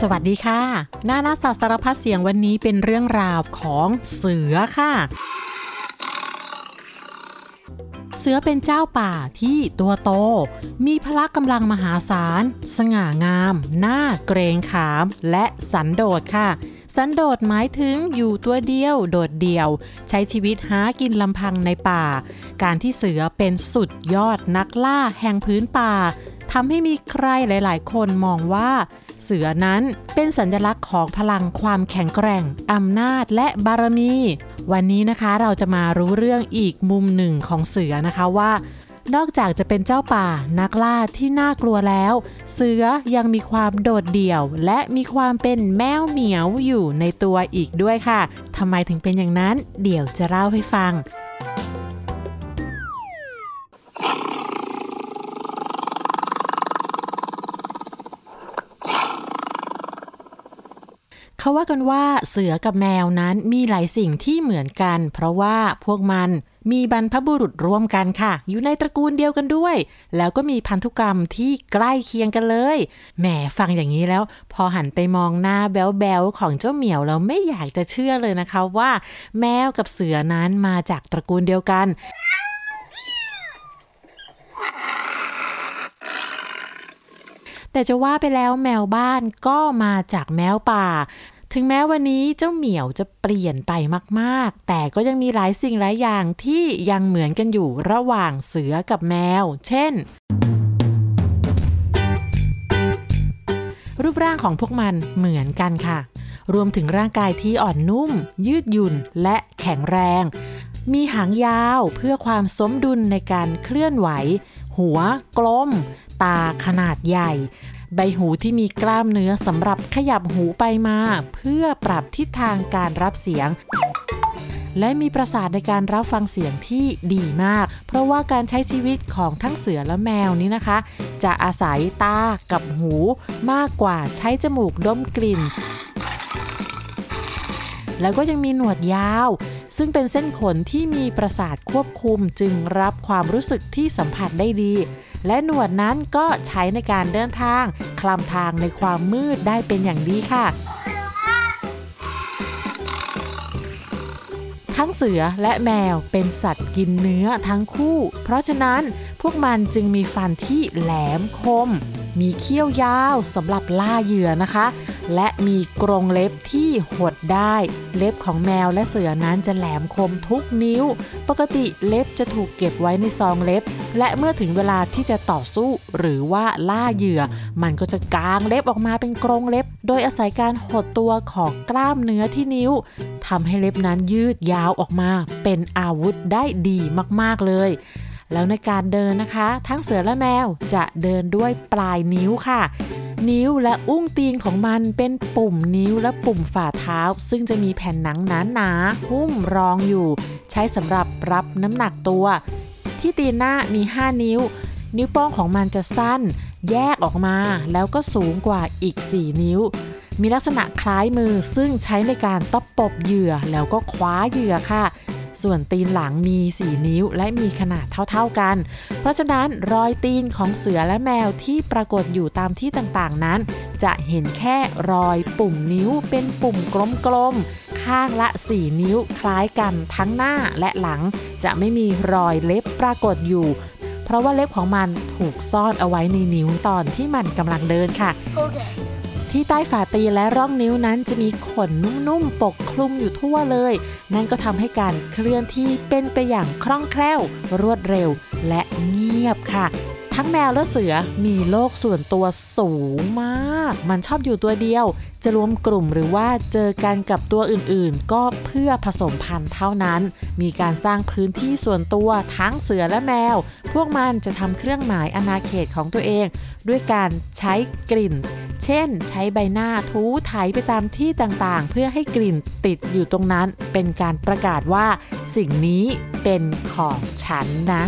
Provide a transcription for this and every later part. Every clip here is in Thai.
สวัสดีค่ะหน้าสัตว์สารพัดเสียงวันนี้เป็นเรื่องราวของเสือค่ะเสือเป็นเจ้าป่าที่ตัวโตมีพละกำลังมหาศาลสง่างามน่าเกรงขามและสันโดษค่ะสันโดษหมายถึงอยู่ตัวเดียวโดดเดี่ยวใช้ชีวิตหากินลำพังในป่าการที่เสือเป็นสุดยอดนักล่าแห่งพื้นป่าทำให้มีใครหลายๆคนมองว่าเสือนั้นเป็นสัญลักษณ์ของพลังความแข็งแกร่งอำนาจและบารมีวันนี้นะคะเราจะมารู้เรื่องอีกมุมหนึ่งของเสือนะคะว่านอกจากจะเป็นเจ้าป่านักล่าที่น่ากลัวแล้วเสือยังมีความโดดเดี่ยวและมีความเป็นแมวเหมียวอยู่ในตัวอีกด้วยค่ะทำไมถึงเป็นอย่างนั้นเดี๋ยวจะเล่าให้ฟังเขาว่ากันว่าเสือกับแมวนั้นมีหลายสิ่งที่เหมือนกันเพราะว่าพวกมันมีบรรพบุรุษร่วมกันค่ะอยู่ในตระกูลเดียวกันด้วยแล้วก็มีพันธุกรรมที่ใกล้เคียงกันเลยแหมฟังอย่างนี้แล้วพอหันไปมองหน้าแบ๊วๆของเจ้าเหมียวเราไม่อยากจะเชื่อเลยนะคะว่าแมวกับเสือนั้นมาจากตระกูลเดียวกันแต่จะว่าไปแล้วแมวบ้านก็มาจากแมวป่าถึงแม้วันนี้เจ้าเหมียวจะเปลี่ยนไปมากๆแต่ก็ยังมีหลายสิ่งหลายอย่างที่ยังเหมือนกันอยู่ระหว่างเสือกับแมวเช่นรูปร่างของพวกมันเหมือนกันค่ะรวมถึงร่างกายที่อ่อนนุ่มยืดหยุ่นและแข็งแรงมีหางยาวเพื่อความสมดุลในการเคลื่อนไหวหัวกลมตาขนาดใหญ่ใบหูที่มีกล้ามเนื้อสำหรับขยับหูไปมาเพื่อปรับทิศทางการรับเสียงและมีประสาทในการรับฟังเสียงที่ดีมากเพราะว่าการใช้ชีวิตของทั้งเสือและแมวนี้นะคะจะอาศัยตากับหูมากกว่าใช้จมูกดมกลิ่นแล้วก็ยังมีหนวดยาวซึ่งเป็นเส้นขนที่มีประสาทควบคุมจึงรับความรู้สึกที่สัมผัสได้ดีและหนวดนั้นก็ใช้ในการเดินทางคลำทางในความมืดได้เป็นอย่างดีค่ะทั้งเสือและแมวเป็นสัตว์กินเนื้อทั้งคู่เพราะฉะนั้นพวกมันจึงมีฟันที่แหลมคมมีเขี้ยวยาวสำหรับล่าเหยื่อนะคะและมีกรงเล็บที่หดได้เล็บของแมวและเสือนั้นจะแหลมคมทุกนิ้วปกติเล็บจะถูกเก็บไว้ในซองเล็บและเมื่อถึงเวลาที่จะต่อสู้หรือว่าล่าเหยื่อมันก็จะกางเล็บออกมาเป็นกรงเล็บโดยอาศัยการหดตัวของกล้ามเนื้อที่นิ้วทำให้เล็บนั้นยืดยาวออกมาเป็นอาวุธได้ดีมากๆเลยแล้วในการเดินนะคะทั้งเสือและแมวจะเดินด้วยปลายนิ้วค่ะนิ้วและอุ้งตีนของมันเป็นปุ่มนิ้วและปุ่มฝ่าเท้าซึ่งจะมีแผ่นหนังหนาๆหุ้มรองอยู่ใช้สำหรับรับน้ำหนักตัวที่ตีนหน้ามี5นิ้วนิ้วโป้งของมันจะสั้นแยกออกมาแล้วก็สูงกว่าอีก4นิ้วมีลักษณะคล้ายมือซึ่งใช้ในการตบปบเหยื่อแล้วก็คว้าเหยื่อค่ะส่วนตีนหลังมี4นิ้วและมีขนาดเท่าๆกันเพราะฉะนั้นรอยตีนของเสือและแมวที่ปรากฏอยู่ตามที่ต่างๆนั้นจะเห็นแค่รอยปุ่มนิ้วเป็นปุ่มกลมๆข้างละ4นิ้วคล้ายกันทั้งหน้าและหลังจะไม่มีรอยเล็บปรากฏอยู่เพราะว่าเล็บของมันถูกซ่อนเอาไว้ในนิ้วตอนที่มันกำลังเดินค่ะ okay. ที่ใต้ฝ่าตีนและร่องนิ้วนั้นจะมีขนนุ่มๆปกคลุมอยู่ทั่วเลยนั่นก็ทำให้การเคลื่อนที่เป็นไปอย่างคล่องแคล่วรวดเร็วและเงียบค่ะทั้งแมวและเสือมีโลกส่วนตัวสูงมากมันชอบอยู่ตัวเดียวจะรวมกลุ่มหรือว่าเจอกันกับตัวอื่นๆก็เพื่อผสมพันธุ์เท่านั้นมีการสร้างพื้นที่ส่วนตัวทั้งเสือและแมวพวกมันจะทำเครื่องหมายอาณาเขตของตัวเองด้วยการใช้กลิ่นเช่นใช้ใบหน้าถูไถไปตามที่ต่างๆเพื่อให้กลิ่นติดอยู่ตรงนั้นเป็นการประกาศว่าสิ่งนี้เป็นของฉันนะ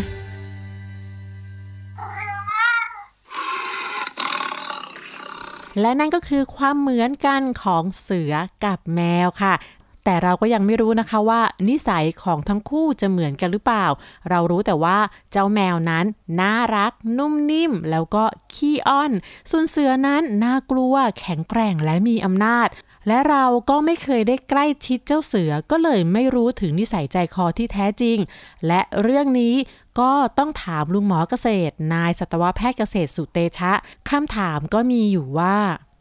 และนั่นก็คือความเหมือนกันของเสือกับแมวค่ะแต่เราก็ยังไม่รู้นะคะว่านิสัยของทั้งคู่จะเหมือนกันหรือเปล่าเรารู้แต่ว่าเจ้าแมวนั้นน่ารักนุ่มนิ่มแล้วก็ขี้อ้อนส่วนเสือนั้นน่ากลัวแข็งแกร่งและมีอำนาจและเราก็ไม่เคยได้ใกล้ชิดเจ้าเสือก็เลยไม่รู้ถึงนิสัยใจคอที่แท้จริงและเรื่องนี้ก็ต้องถามลุงหมอเกษตรนายสัตวแพทย์เกษตรสุเตชะคำถามก็มีอยู่ว่า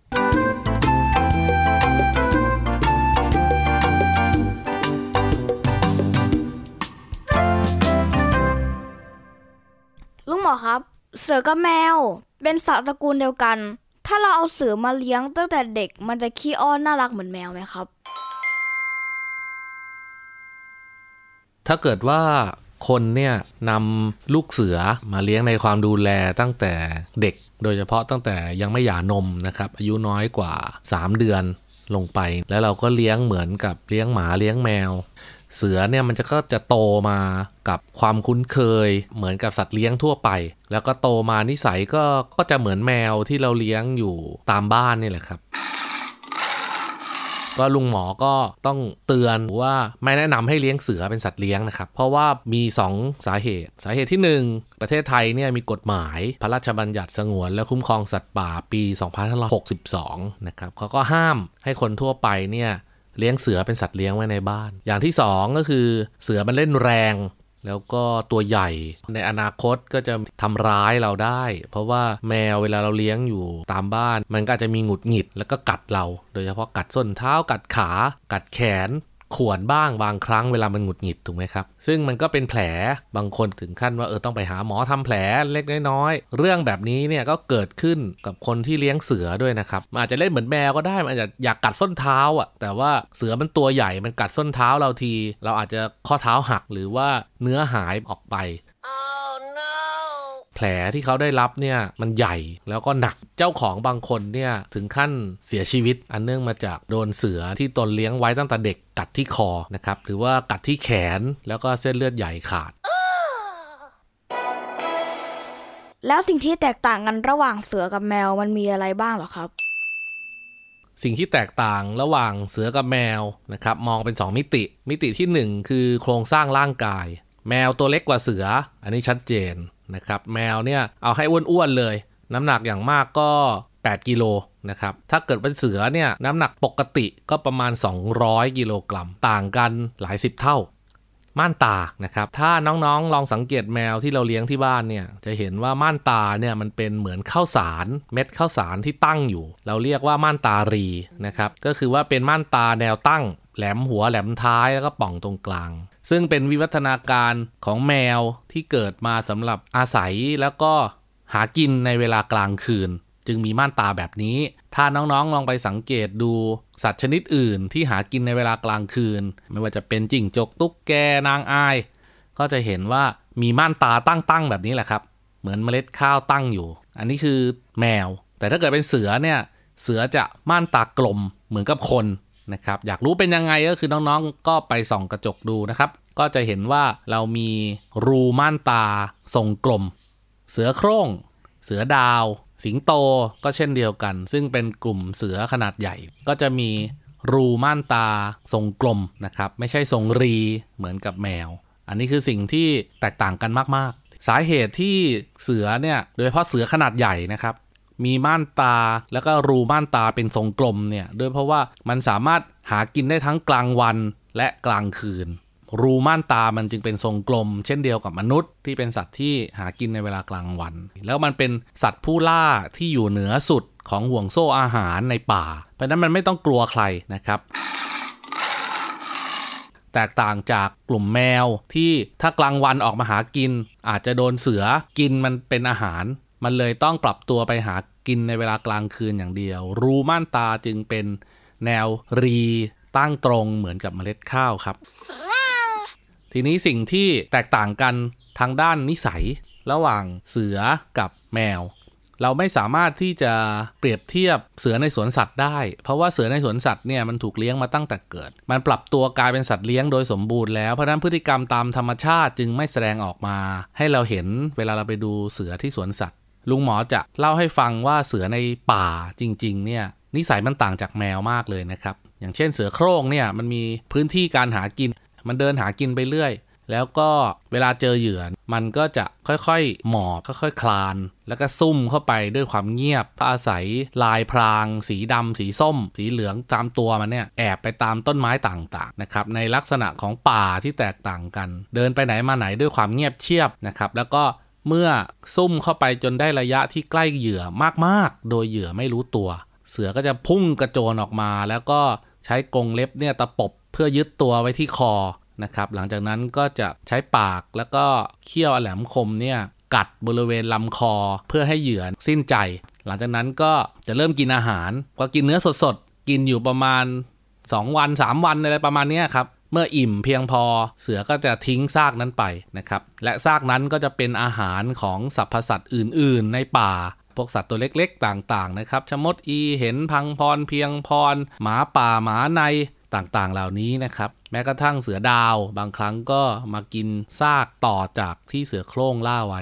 ลุงหมอครับเสือกับแมวเป็นสัตว์ตระกูลเดียวกันถ้าเราเอาเสือมาเลี้ยงตั้งแต่เด็กมันจะขี้อ้อนน่ารักเหมือนแมวไหมครับถ้าเกิดว่าคนเนี่ยนำลูกเสือมาเลี้ยงในความดูแลตั้งแต่เด็กโดยเฉพาะตั้งแต่ยังไม่หย่านมนะครับอายุน้อยกว่า3เดือนลงไปแล้วเราก็เลี้ยงเหมือนกับเลี้ยงหมาเลี้ยงแมวเสือเนี่ยมันก็จะโตมากับความคุ้นเคยเหมือนกับสัตว์เลี้ยงทั่วไปแล้วก็โตมานิสัยก็จะเหมือนแมวที่เราเลี้ยงอยู่ตามบ้านนี่แหละครับก็ลุงหมอก็ต้องเตือนว่าไม่แนะนำให้เลี้ยงเสือเป็นสัตว์เลี้ยงนะครับเพราะว่ามี2สาเหตุที่1ประเทศไทยเนี่ยมีกฎหมายพระราชบัญญัติสงวนและคุ้มครองสัตว์ป่าปี2562นะครับเขาก็ห้ามให้คนทั่วไปเนี่ยเลี้ยงเสือเป็นสัตว์เลี้ยงไว้ในบ้านอย่างที่2ก็คือเสือมันเล่นแรงแล้วก็ตัวใหญ่ในอนาคตก็จะทำร้ายเราได้เพราะว่าแมวเวลาเราเลี้ยงอยู่ตามบ้านมันก็จะมีหงุดหงิดแล้วก็กัดเราโดยเฉพาะกัดส้นเท้ากัดขากัดแขนข่วนบ้างบางครั้งเวลามันหงุดหงิดถูกไหมครับซึ่งมันก็เป็นแผลบางคนถึงขั้นว่าต้องไปหาหมอทำแผลเล็กน้อยเรื่องแบบนี้เนี่ยก็เกิดขึ้นกับคนที่เลี้ยงเสือด้วยนะครับมันอาจจะเล่นเหมือนแมวก็ได้มันอาจจะอยากกัดส้นเท้าแต่ว่าเสือมันตัวใหญ่มันกัดส้นเท้าเราทีเราอาจจะข้อเท้าหักหรือว่าเนื้อหายออกไปแผลที่เขาได้รับเนี่ยมันใหญ่แล้วก็หนักเจ้าของบางคนเนี่ยถึงขั้นเสียชีวิตอันเนื่องมาจากโดนเสือที่ตนเลี้ยงไว้ตั้งแต่เด็กกัดที่คอนะครับหรือว่ากัดที่แขนแล้วก็เส้นเลือดใหญ่ขาดแล้วสิ่งที่แตกต่างกันระหว่างเสือกับแมวมันมีอะไรบ้างเหรอครับสิ่งที่แตกต่างระหว่างเสือกับแมวนะครับมองเป็น2มิติที่1คือโครงสร้างร่างกายแมวตัวเล็กกว่าเสืออันนี้ชัดเจนนะครับแมวเนี่ยเอาให้อ้วนๆเลยน้ำหนักอย่างมากก็8กิโลนะครับถ้าเกิดเป็นเสือเนี่ยน้ำหนักปกติก็ประมาณ200กิโลกรัมต่างกันหลาย10เท่าม่านตานะครับถ้าน้องๆลองสังเกตแมวที่เราเลี้ยงที่บ้านเนี่ยจะเห็นว่าม่านตาเนี่ยมันเป็นเหมือนข้าวสารเม็ดข้าวสารที่ตั้งอยู่เราเรียกว่าม่านตารีนะครับก็คือว่าเป็นม่านตาแนวตั้งแหลมหัวแหลมท้ายแล้วก็ป่องตรงกลางซึ่งเป็นวิวัฒนาการของแมวที่เกิดมาสำหรับอาศัยแล้วก็หากินในเวลากลางคืนจึงมีม่านตาแบบนี้ถ้าน้องๆลองไปสังเกตดูสัตว์ชนิดอื่นที่หากินในเวลากลางคืนไม่ว่าจะเป็นจิ้งจกตุ๊กแกนางอ้ายก็จะเห็นว่ามีม่านตาตั้งๆแบบนี้แหละครับเหมือนเมล็ดข้าวตั้งอยู่อันนี้คือแมวแต่ถ้าเกิดเป็นเสือเนี่ยเสือจะม่านตากลมเหมือนกับคนนะครับอยากรู้เป็นยังไงก็คือน้องๆก็ไปส่องกระจกดูนะครับก็จะเห็นว่าเรามีรูม่านตาทรงกลมเสือโคร่งเสือดาวสิงโตก็เช่นเดียวกันซึ่งเป็นกลุ่มเสือขนาดใหญ่ก็จะมีรูม่านตาทรงกลมนะครับไม่ใช่ทรงรีเหมือนกับแมวอันนี้คือสิ่งที่แตกต่างกันมากๆสาเหตุที่เสือเนี่ยโดยเฉพาะเสือขนาดใหญ่นะครับมีม่านตาแล้วก็รูม่านตาเป็นทรงกลมเนี่ยโดยเพราะว่ามันสามารถหากินได้ทั้งกลางวันและกลางคืนรูม่านตามันจึงเป็นทรงกลมเช่นเดียวกับมนุษย์ที่เป็นสัตว์ที่หากินในเวลากลางวันแล้วมันเป็นสัตว์ผู้ล่าที่อยู่เหนือสุดของห่วงโซ่อาหารในป่าเพราะนั้นมันไม่ต้องกลัวใครนะครับแตกต่างจากกลุ่มแมวที่ถ้ากลางวันออกมาหากินอาจจะโดนเสือกินมันเป็นอาหารมันเลยต้องปรับตัวไปหากินในเวลากลางคืนอย่างเดียวรูม่านตาจึงเป็นแนวรีตั้งตรงเหมือนกับเมล็ดข้าวครับทีนี้สิ่งที่แตกต่างกันทางด้านนิสัยระหว่างเสือกับแมวเราไม่สามารถที่จะเปรียบเทียบเสือในสวนสัตว์ได้เพราะว่าเสือในสวนสัตว์เนี่ยมันถูกเลี้ยงมาตั้งแต่เกิดมันปรับตัวกลายเป็นสัตว์เลี้ยงโดยสมบูรณ์แล้วเพราะฉะนั้นพฤติกรรมตามธรรมชาติจึงไม่แสดงออกมาให้เราเห็นเวลาเราไปดูเสือที่สวนสัตว์ลุงหมอจะเล่าให้ฟังว่าเสือในป่าจริงๆเนี่ยนิสัยมันต่างจากแมวมากเลยนะครับอย่างเช่นเสือโคร่งเนี่ยมันมีพื้นที่การหากินมันเดินหากินไปเรื่อยแล้วก็เวลาเจอเหยื่อมันก็จะค่อยๆหมอบค่อยๆคลานแล้วก็ซุ่มเข้าไปด้วยความเงียบอาศัยลายพรางสีดำสีส้มสีเหลืองตามตัวมันเนี่ยแอบไปตามต้นไม้ต่างๆนะครับในลักษณะของป่าที่แตกต่างกันเดินไปไหนมาไหนด้วยความเงียบเชียบนะครับแล้วก็เมื่อซุ่มเข้าไปจนได้ระยะที่ใกล้เหยื่อมากๆโดยเหยื่อไม่รู้ตัวเสือก็จะพุ่งกระโจนออกมาแล้วก็ใช้กรงเล็บเนี่ยตะปบเพื่อยึดตัวไว้ที่คอนะครับหลังจากนั้นก็จะใช้ปากแล้วก็เขี้ยวแหลมคมเนี่ยกัดบริเวณลำคอเพื่อให้เหยื่อสิ้นใจหลังจากนั้นก็จะเริ่มกินอาหารก็กินเนื้อสดๆกินอยู่ประมาณ2วัน3วันอะไรประมาณนี้ครับเมื่ออิ่มเพียงพอเสือก็จะทิ้งซากนั้นไปนะครับและซากนั้นก็จะเป็นอาหารของสรรพสัตว์อื่นๆในป่าพวกสัตว์ตัวเล็กๆต่างๆนะครับชะมดอีเห็นพังพรเพียงพรหมาป่าหมาในต่างๆเหล่านี้นะครับแม้กระทั่งเสือดาวบางครั้งก็มากินซากต่อจากที่เสือโคร่งล่าไว้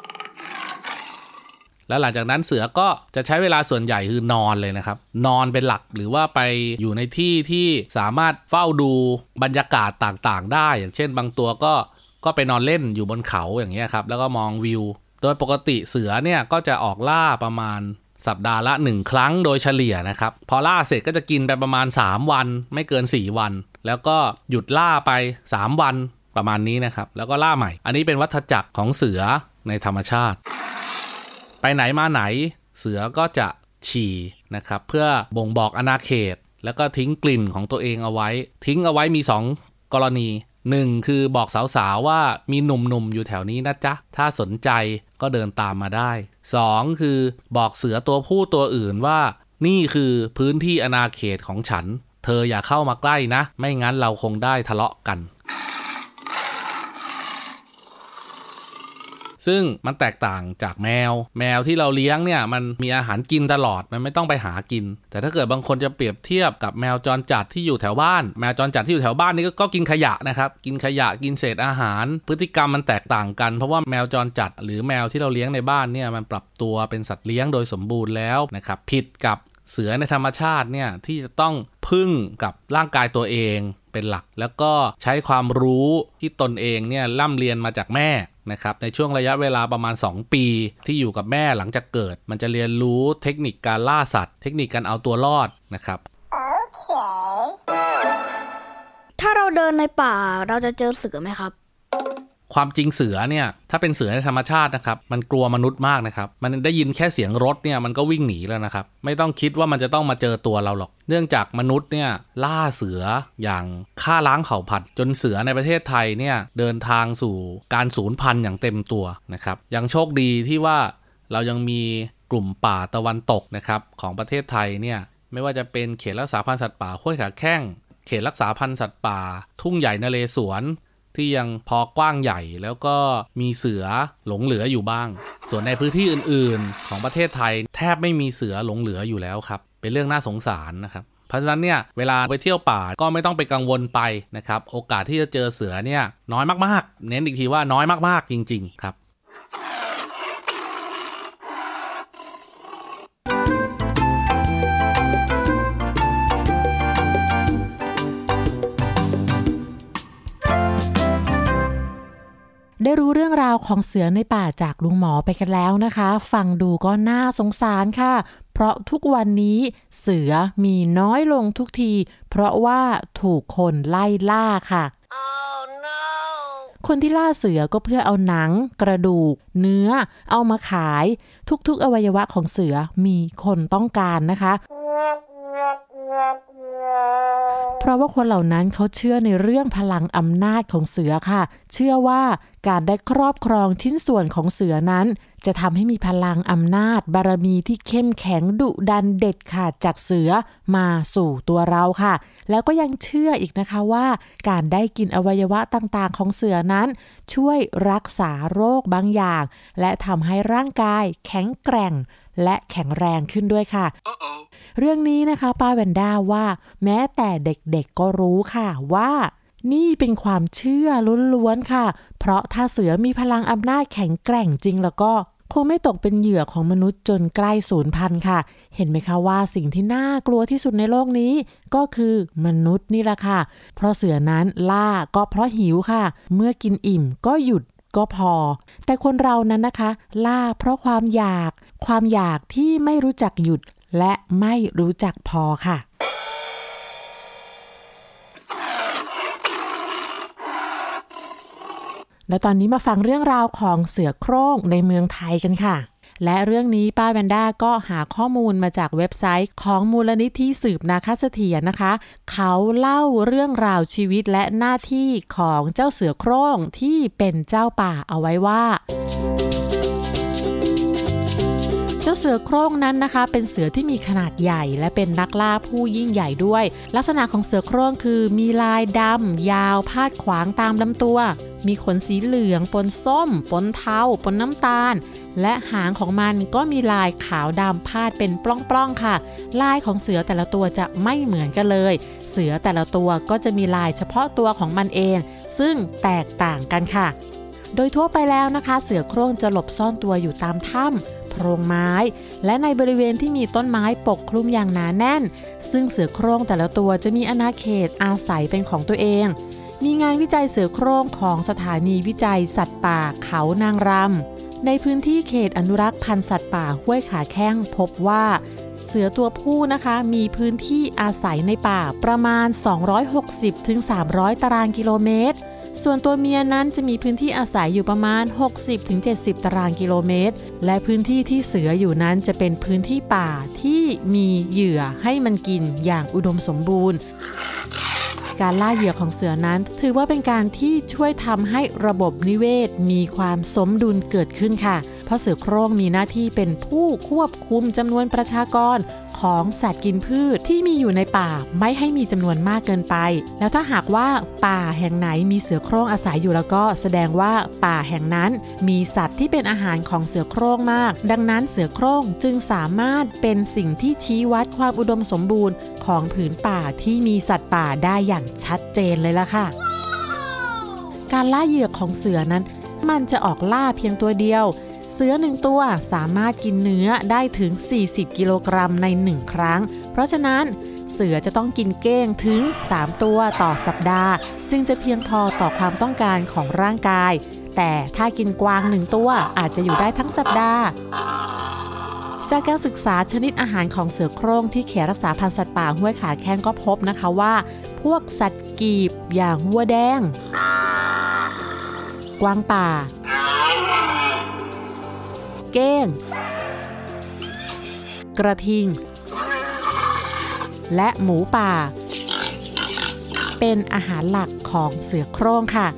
แล้วหลังจากนั้นเสือก็จะใช้เวลาส่วนใหญ่คือนอนเลยนะครับนอนเป็นหลักหรือว่าไปอยู่ในที่ที่สามารถเฝ้าดูบรรยากาศต่างๆได้อย่างเช่นบางตัวก็ไปนอนเล่นอยู่บนเขาอย่างเงี้ยครับแล้วก็มองวิวโดยปกติเสือเนี่ยก็จะออกล่าประมาณสัปดาห์ละ1ครั้งโดยเฉลี่ยนะครับพอล่าเสร็จก็จะกินไปประมาณ3วันไม่เกิน4วันแล้วก็หยุดล่าไป3วันประมาณนี้นะครับแล้วก็ล่าใหม่อันนี้เป็นวัฏจักรของเสือในธรรมชาติไปไหนมาไหนเสือก็จะฉี่นะครับเพื่อบ่งบอกอาณาเขตแล้วก็ทิ้งกลิ่นของตัวเองเอาไว้ทิ้งเอาไว้มี2กรณี1คือบอกสาวๆว่ามีหนุ่มๆอยู่แถวนี้นะจ๊ะถ้าสนใจก็เดินตามมาได้2คือบอกเสือตัวผู้ตัวอื่นว่านี่คือพื้นที่อาณาเขตของฉันเธออย่าเข้ามาใกล้นะไม่งั้นเราคงได้ทะเลาะกันซึ่งมันแตกต่างจากแมวที่เราเลี้ยงเนี่ยมันมีอาหารกินตลอดมันไม่ต้องไปหากินแต่ถ้าเกิดบางคนจะเปรียบเทียบกับแมวจรจัดที่อยู่แถวบ้านแมวจรจัดที่อยู่แถวบ้านนี่ก็กินขยะนะครับกินขยะกินเศษอาหารพฤติกรรมมันแตกต่างกันเพราะว่าแมวจรจัดหรือแมวที่เราเลี้ยงในบ้านเนี่ยมันปรับตัวเป็นสัตว์เลี้ยงโดยสมบูรณ์แล้วนะครับผิดกับเสือในธรรมชาติเนี่ยที่จะต้องพึ่งกับร่างกายตัวเองเป็นหลักแล้วก็ใช้ความรู้ที่ตนเองเนี่ยร่ำเรียนมาจากแม่นะครับในช่วงระยะเวลาประมาณ2ปีที่อยู่กับแม่หลังจากเกิดมันจะเรียนรู้เทคนิคการล่าสัตว์เทคนิคการเอาตัวรอดนะครับถ้าเราเดินในป่าเราจะเจอเสือไหมครับความจริงเสือเนี่ยถ้าเป็นเสือในธรรมชาตินะครับมันกลัวมนุษย์มากนะครับมันได้ยินแค่เสียงรถเนี่ยมันก็วิ่งหนีแล้วนะครับไม่ต้องคิดว่ามันจะต้องมาเจอตัวเราหรอกเนื่องจากมนุษย์เนี่ยล่าเสืออย่างฆ่าล้างเผ่าพันธุ์จนเสือในประเทศไทยเนี่ยเดินทางสู่การสูญพันธุ์อย่างเต็มตัวนะครับยังโชคดีที่ว่าเรายังมีกลุ่มป่าตะวันตกนะครับของประเทศไทยเนี่ยไม่ว่าจะเป็นเขตรักษาพันธุ์สัตว์ป่าห้วยขาแข้งเขตรักษาพันธุ์สัตว์ป่าทุ่งใหญ่นเรศวรที่ยังพอกว้างใหญ่แล้วก็มีเสือหลงเหลืออยู่บ้างส่วนในพื้นที่อื่นๆของประเทศไทยแทบไม่มีเสือหลงเหลืออยู่แล้วครับเป็นเรื่องน่าสงสารนะครับเพราะฉะนั้นเนี่ยเวลาไปเที่ยวป่าก็ไม่ต้องไปกังวลไปนะครับโอกาสที่จะเจอเสือเนี่ยน้อยมากๆเน้นอีกทีว่าน้อยมากๆจริงๆครับได้รู้เรื่องราวของเสือในป่าจากลุงหมอไปกันแล้วนะคะฟังดูก็น่าสงสารค่ะเพราะทุกวันนี้เสือมีน้อยลงทุกทีเพราะว่าถูกคนไล่ล่าค่ะ oh, no. คนที่ล่าเสือก็เพื่อเอาหนังกระดูกเนื้อเอามาขายทุกๆอวัยวะของเสือมีคนต้องการนะคะเพราะว่าคนเหล่านั้นเขาเชื่อในเรื่องพลังอำนาจของเสือค่ะเชื่อว่าการได้ครอบครองชิ้นส่วนของเสือนั้นจะทำให้มีพลังอำนาจบารมีที่เข้มแข็งดุดันเด็ดขาดจากเสือมาสู่ตัวเราค่ะแล้วก็ยังเชื่ออีกนะคะว่าการได้กินอวัยวะต่างๆของเสือนั้นช่วยรักษาโรคบางอย่างและทำให้ร่างกายแข็งแกร่งและแข็งแรงขึ้นด้วยค่ะเรื่องนี้นะคะป้าแวนด้าว่าแม้แต่เด็กๆก็รู้ค่ะว่านี่เป็นความเชื่อล้วนๆค่ะเพราะถ้าเสือมีพลังอำนาจแข็งแกร่งจริงแล้วก็คงไม่ตกเป็นเหยื่อของมนุษย์จนใกล้สูญพันธุ์ค่ะเห็นไหมคะว่าสิ่งที่น่ากลัวที่สุดในโลกนี้ก็คือมนุษย์นี่แหละค่ะเพราะเสือนั้นล่าก็เพราะหิวค่ะเมื่อกินอิ่มก็หยุดก็พอแต่คนเรานั้นนะคะล่าเพราะความอยากที่ไม่รู้จักหยุดและไม่รู้จักพอค่ะแล้วตอนนี้มาฟังเรื่องราวของเสือโคร่งในเมืองไทยกันค่ะและเรื่องนี้ป้าแวนด้าก็หาข้อมูลมาจากเว็บไซต์ของมูลนิธิสืบนาคเสถียรนะคะเขาเล่าเรื่องราวชีวิตและหน้าที่ของเจ้าเสือโคร่งที่เป็นเจ้าป่าเอาไว้ว่าเจ้าเสือโคร่งนั้นนะคะเป็นเสือที่มีขนาดใหญ่และเป็นนักล่าผู้ยิ่งใหญ่ด้วยลักษณะของเสือโคร่งคือมีลายดำยาวพาดขวางตามลำตัวมีขนสีเหลืองปนส้มปนเทาปนน้ำตาลและหางของมันก็มีลายขาวดำพาดเป็นปล้องๆค่ะลายของเสือแต่ละตัวจะไม่เหมือนกันเลยเสือแต่ละตัวก็จะมีลายเฉพาะตัวของมันเองซึ่งแตกต่างกันค่ะโดยทั่วไปแล้วนะคะเสือโคร่งจะหลบซ่อนตัวอยู่ตามถ้ำโพรงไม้และในบริเวณที่มีต้นไม้ปกคลุมอย่างหนาแน่นซึ่งเสือโคร่งแต่ละตัวจะมีอาณาเขตอาศัยเป็นของตัวเองมีงานวิจัยเสือโคร่งของสถานีวิจัยสัตว์ป่าเขานางรำในพื้นที่เขตอนุรักษ์พันธุ์สัตว์ป่าห้วยขาแข้งพบว่าเสือตัวผู้นะคะมีพื้นที่อาศัยในป่าประมาณ 260-300 ตารางกิโลเมตรส่วนตัวเมียนั้นจะมีพื้นที่อาศัยอยู่ประมาณ 60-70 ตารางกิโลเมตรและพื้นที่ที่เสืออยู่นั้นจะเป็นพื้นที่ป่าที่มีเหยื่อให้มันกินอย่างอุดมสมบูรณ์การล่าเหยื่อของเสือนั้นถือว่าเป็นการที่ช่วยทำให้ระบบนิเวศมีความสมดุลเกิดขึ้นค่ะเพราะเสือโคร่งมีหน้าที่เป็นผู้ควบคุมจำนวนประชากรของสัตว์กินพืชที่มีอยู่ในป่าไม่ให้มีจำนวนมากเกินไปแล้วถ้าหากว่าป่าแห่งไหนมีเสือโคร่งอาศัยอยู่แล้วก็แสดงว่าป่าแห่งนั้นมีสัตว์ที่เป็นอาหารของเสือโคร่งมากดังนั้นเสือโคร่งจึงสามารถเป็นสิ่งที่ชี้วัดความอุดมสมบูรณ์ของผืนป่าที่มีสัตว์ป่าได้อย่างชัดเจนเลยล่ะค่ะ การล่าเหยื่อของเสือนั้นมันจะออกล่าเพียงตัวเดียวเสือ1ตัวสามารถกินเนื้อได้ถึง40กิโลกรัมใน1ครั้งเพราะฉะนั้นเสือจะต้องกินเก้งถึง3ตัวต่อสัปดาห์จึงจะเพียงพอต่อความต้องการของร่างกายแต่ถ้ากินกวาง1ตัวอาจจะอยู่ได้ทั้งสัปดาห์จากการศึกษาชนิดอาหารของเสือโคร่งที่เขตรักษาพันธุ์สัตว์ป่าห้วยขาแข้งก็พบนะคะว่าพวกสัตว์กีบอย่างวัวแดงกวางป่าเก้งกระทิงและหมูป่าเป็นอาหารหลักของเสือโคร่งค่ะ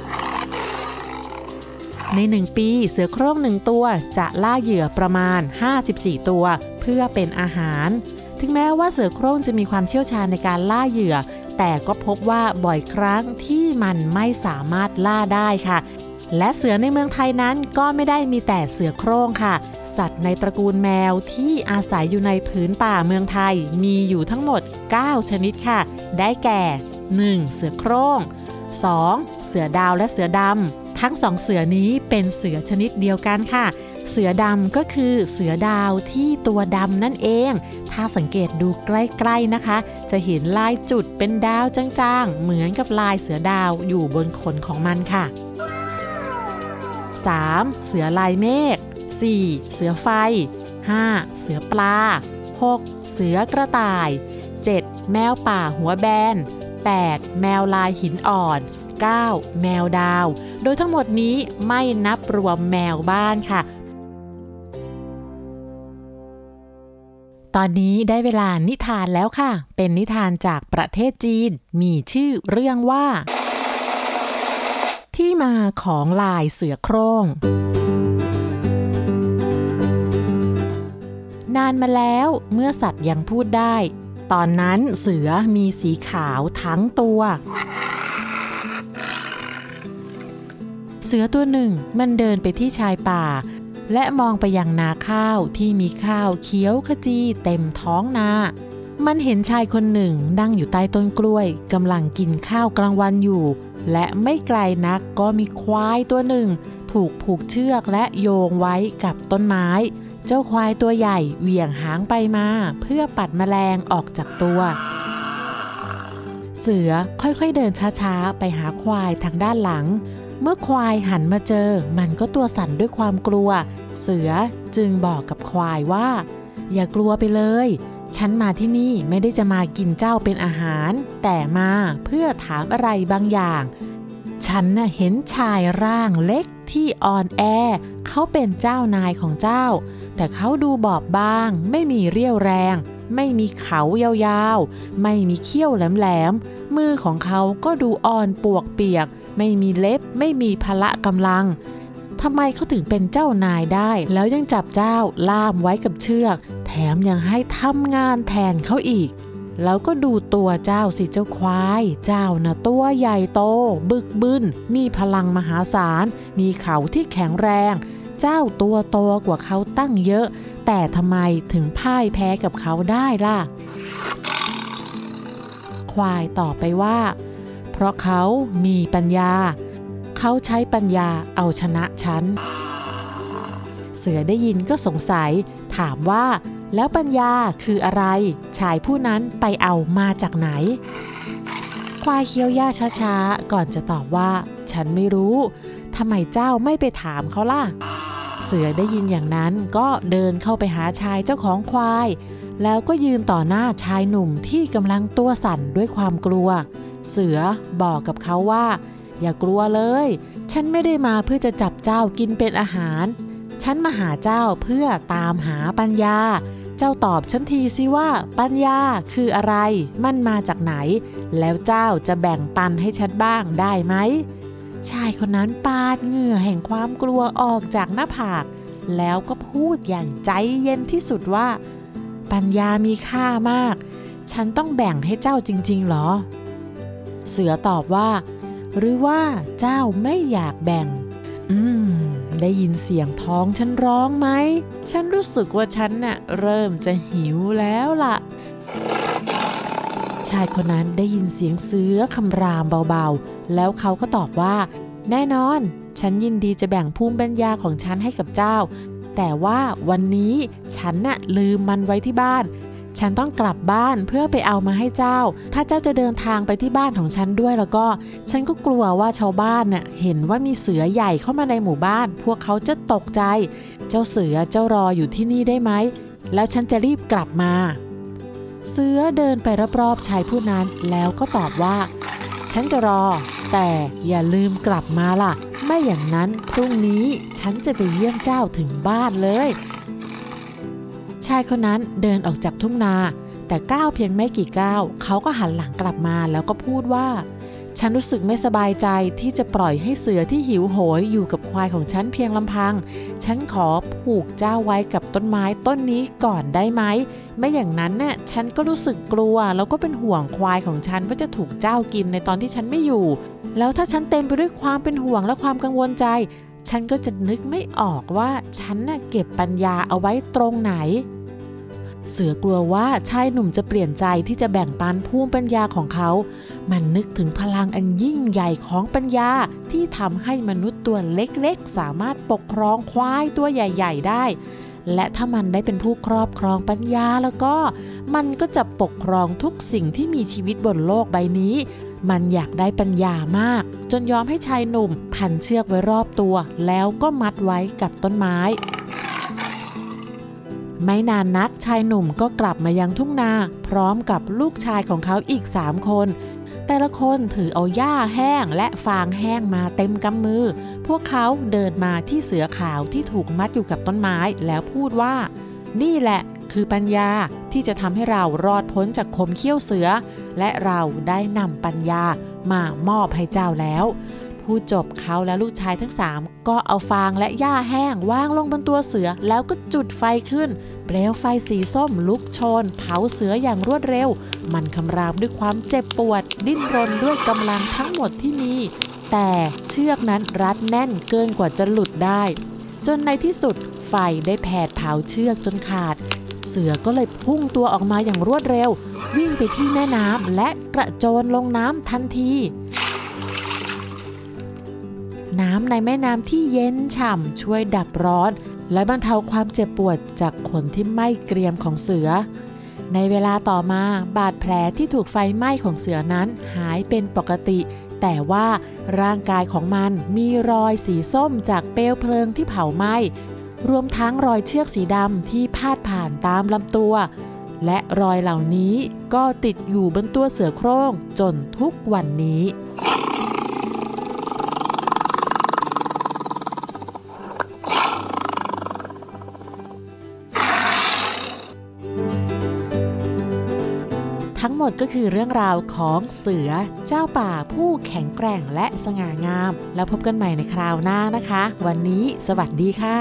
ใน1ปีเสือโคร่ง1ตัวจะล่าเหยื่อประมาณ54ตัวเพื่อเป็นอาหารถึงแม้ว่าเสือโคร่งจะมีความเชี่ยวชาญในการล่าเหยื่อแต่ก็พบว่าบ่อยครั้งที่มันไม่สามารถล่าได้ค่ะและเสือในเมืองไทยนั้นก็ไม่ได้มีแต่เสือโคร่งค่ะสัตว์ในตระกูลแมวที่อาศัยอยู่ในผืนป่าเมืองไทยมีอยู่ทั้งหมด9ชนิดค่ะได้แก่ 1. เสือโคร่ง 2. เสือดาวและเสือดำทั้ง2เสือนี้เป็นเสือชนิดเดียวกันค่ะเสือดำก็คือเสือดาวที่ตัวดำนั่นเองถ้าสังเกตดูใกล้ๆนะคะจะเห็นลายจุดเป็นดาวจางๆเหมือนกับลายเสือดาวอยู่บนขนของมันค่ะ 3. เสือลายเมฆ 4. เสือไฟ 5. เสือปลา 6. เสือกระต่าย 7. แมวป่าหัวแบน 8. แมวลายหินอ่อน 9. แมวดาวโดยทั้งหมดนี้ไม่นับรวมแมวบ้านค่ะตอนนี้ได้เวลานิทานแล้วค่ะเป็นนิทานจากประเทศจีนมีชื่อเรื่องว่าที่มาของลายเสือโคร่งนานมาแล้วเมื่อสัตว์ยังพูดได้ตอนนั้นเสือมีสีขาวทั้งตัวเสือตัวหนึ่งมันเดินไปที่ชายป่าและมองไปยังนาข้าวที่มีข้าวเขียวขจีเต็มท้องนามันเห็นชายคนหนึ่งนั่งอยู่ใต้ต้นกล้วยกำลังกินข้าวกลางวันอยู่และไม่ไกลนักก็มีควายตัวหนึ่งถูกผูกเชือกและโยงไว้กับต้นไม้เจ้าควายตัวใหญ่เหวี่ยงหางไปมาเพื่อปัดแมลงออกจากตัวเสือค่อยๆเดินช้าๆไปหาควายทางด้านหลังเมื่อควายหันมาเจอมันก็ตัวสั่นด้วยความกลัวเสือจึงบอกกับควายว่าอย่ากลัวไปเลยฉันมาที่นี่ไม่ได้จะมากินเจ้าเป็นอาหารแต่มาเพื่อถามอะไรบางอย่างฉันน่ะเห็นชายร่างเล็กที่อ่อนแอเขาเป็นเจ้านายของเจ้าแต่เขาดูบอบบางไม่มีเรี่ยวแรงไม่มีเขายาวๆไม่มีเขี้ยวแหลมๆมือของเขาก็ดูอ่อนปวกเปียกไม่มีเล็บไม่มีพละกำลังทำไมเขาถึงเป็นเจ้านายได้แล้วยังจับเจ้าล่ามไว้กับเชือกแถมยังให้ทำงานแทนเขาอีกแล้วก็ดูตัวเจ้าสิเจ้าควายเจ้าน่ะตัวใหญ่โตบึกบึนมีพลังมหาศาลมีเขาที่แข็งแรงเจ้าตัวโตกว่าเขาตั้งเยอะแต่ทำไมถึงพ่ายแพ้กับเขาได้ล่ะควายตอบไปว่าเพราะเขามีปัญญาเขาใช้ปัญญาเอาชนะฉันเสือได้ยินก็สงสัยถามว่าแล้วปัญญาคืออะไรชายผู้นั้นไปเอามาจากไหนควายเคี้ยวหญ้าช้าๆก่อนจะตอบว่าฉันไม่รู้ทำไมเจ้าไม่ไปถามเขาล่ะเสือได้ยินอย่างนั้นก็เดินเข้าไปหาชายเจ้าของควายแล้วก็ยืนต่อหน้าชายหนุ่มที่กำลังตัวสั่นด้วยความกลัวเสือบอกกับเขาว่าอย่ากลัวเลยฉันไม่ได้มาเพื่อจะจับเจ้ากินเป็นอาหารฉันมาหาเจ้าเพื่อตามหาปัญญาเจ้าตอบฉันทีสิว่าปัญญาคืออะไรมันมาจากไหนแล้วเจ้าจะแบ่งปันให้ฉันบ้างได้ไหมชายคนนั้นปาดเหงื่อแห่งความกลัวออกจากหน้าผากแล้วก็พูดอย่างใจเย็นที่สุดว่าปัญญามีค่ามากฉันต้องแบ่งให้เจ้าจริงๆหรอเสือตอบว่าหรือว่าเจ้าไม่อยากแบ่งได้ยินเสียงท้องฉันร้องไหมฉันรู้สึกว่าฉันน่ะเริ่มจะหิวแล้วล่ะชายคนนั้นได้ยินเสียงเสือคำรามเบาๆแล้วเขาก็ตอบว่าแน่นอนฉันยินดีจะแบ่งภูมิปัญญาของฉันให้กับเจ้าแต่ว่าวันนี้ฉันน่ะลืมมันไว้ที่บ้านฉันต้องกลับบ้านเพื่อไปเอามาให้เจ้าถ้าเจ้าจะเดินทางไปที่บ้านของฉันด้วยแล้วก็ฉันก็กลัวว่าชาวบ้านน่ะเห็นว่ามีเสือใหญ่เข้ามาในหมู่บ้านพวกเขาจะตกใจเจ้าเสือเจ้ารออยู่ที่นี่ได้ไหมแล้วฉันจะรีบกลับมาเสือเดินไปรอบๆชายผู้นั้นแล้วก็ตอบว่าฉันจะรอแต่อย่าลืมกลับมาล่ะไม่อย่างนั้นพรุ่งนี้ฉันจะไปเยี่ยมเจ้าถึงบ้านเลยชายคนนั้นเดินออกจากทุ่งนาแต่ก้าวเพียงไม่กี่ก้าวเขาก็หันหลังกลับมาแล้วก็พูดว่าฉันรู้สึกไม่สบายใจที่จะปล่อยให้เสือที่หิวโหยอยู่กับควายของฉันเพียงลำพังฉันขอผูกเจ้าไว้กับต้นไม้ต้นนี้ก่อนได้ไหมไม่อย่างนั้นน่ะฉันก็รู้สึกกลัวแล้วก็เป็นห่วงควายของฉันว่าจะถูกเจ้ากินในตอนที่ฉันไม่อยู่แล้วถ้าฉันเต็มไปด้วยความเป็นห่วงและความกังวลใจฉันก็จะนึกไม่ออกว่าฉันน่ะเก็บปัญญาเอาไว้ตรงไหนเสือกลัวว่าชายหนุ่มจะเปลี่ยนใจที่จะแบ่งปันภูมิปัญญาของเขามันนึกถึงพลังอันยิ่งใหญ่ของปัญญาที่ทำให้มนุษย์ตัวเล็กๆสามารถปกครองควายตัวใหญ่ๆได้และถ้ามันได้เป็นผู้ครอบครองปัญญาแล้วก็มันก็จะปกครองทุกสิ่งที่มีชีวิตบนโลกใบนี้มันอยากได้ปัญญามากจนยอมให้ชายหนุ่มพันเชือกไว้รอบตัวแล้วก็มัดไว้กับต้นไม้ไม่นานนักชายหนุ่มก็กลับมายังทุ่งนาพร้อมกับลูกชายของเขาอีก3 คนแต่ละคนถือเอาหญ้าแห้งและฟางแห้งมาเต็มกำมือพวกเขาเดินมาที่เสือขาวที่ถูกมัดอยู่กับต้นไม้แล้วพูดว่านี่แหละคือปัญญาที่จะทำให้เรารอดพ้นจากคมเขี้ยวเสือและเราได้นำปัญญามามอบให้เจ้าแล้วพูดจบเขาและลูกชายทั้ง3ก็เอาฟางและหญ้าแห้งวางลงบนตัวเสือแล้วก็จุดไฟขึ้นเปลวไฟสีส้มลุกโชนเผาเสืออย่างรวดเร็วมันคำรามด้วยความเจ็บปวดดิ้นรนด้วยกำลังทั้งหมดที่มีแต่เชือกนั้นรัดแน่นเกินกว่าจะหลุดได้จนในที่สุดไฟได้แผดเผาเชือกจนขาดเสือก็เลยพุ่งตัวออกมาอย่างรวดเร็ววิ่งไปที่แม่น้ำและกระโจนลงน้ำทันทีน้ำในแม่น้ำที่เย็นฉ่ำช่วยดับร้อนและบรรเทาความเจ็บปวดจากขนที่ไหม้เกรียมของเสือในเวลาต่อมาบาดแผลที่ถูกไฟไหม้ของเสือนั้นหายเป็นปกติแต่ว่าร่างกายของมันมีรอยสีส้มจากเปลวเพลิงที่เผาไหม้รวมทั้งรอยเชือกสีดำที่พาดผ่านตามลำตัวและรอยเหล่านี้ก็ติดอยู่บนตัวเสือโคร่งจนทุกวันนี้ทั้งหมดก็คือเรื่องราวของเสือเจ้าป่าผู้แข็งแกร่งและสง่างามแล้วพบกันใหม่ในคราวหน้านะคะวันนี้สวัสดีค่ะ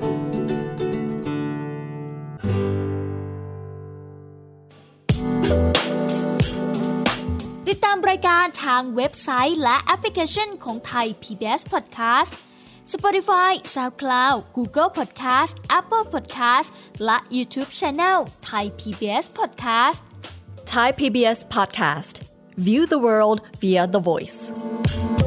ติดตามรายการทางเว็บไซต์และแอปพลิเคชันของไทย PBS Podcast Spotify, SoundCloud, Google Podcast, Apple Podcast และ YouTube Channel Thai PBS Podcast Thai PBS Podcast. View the world via the voice.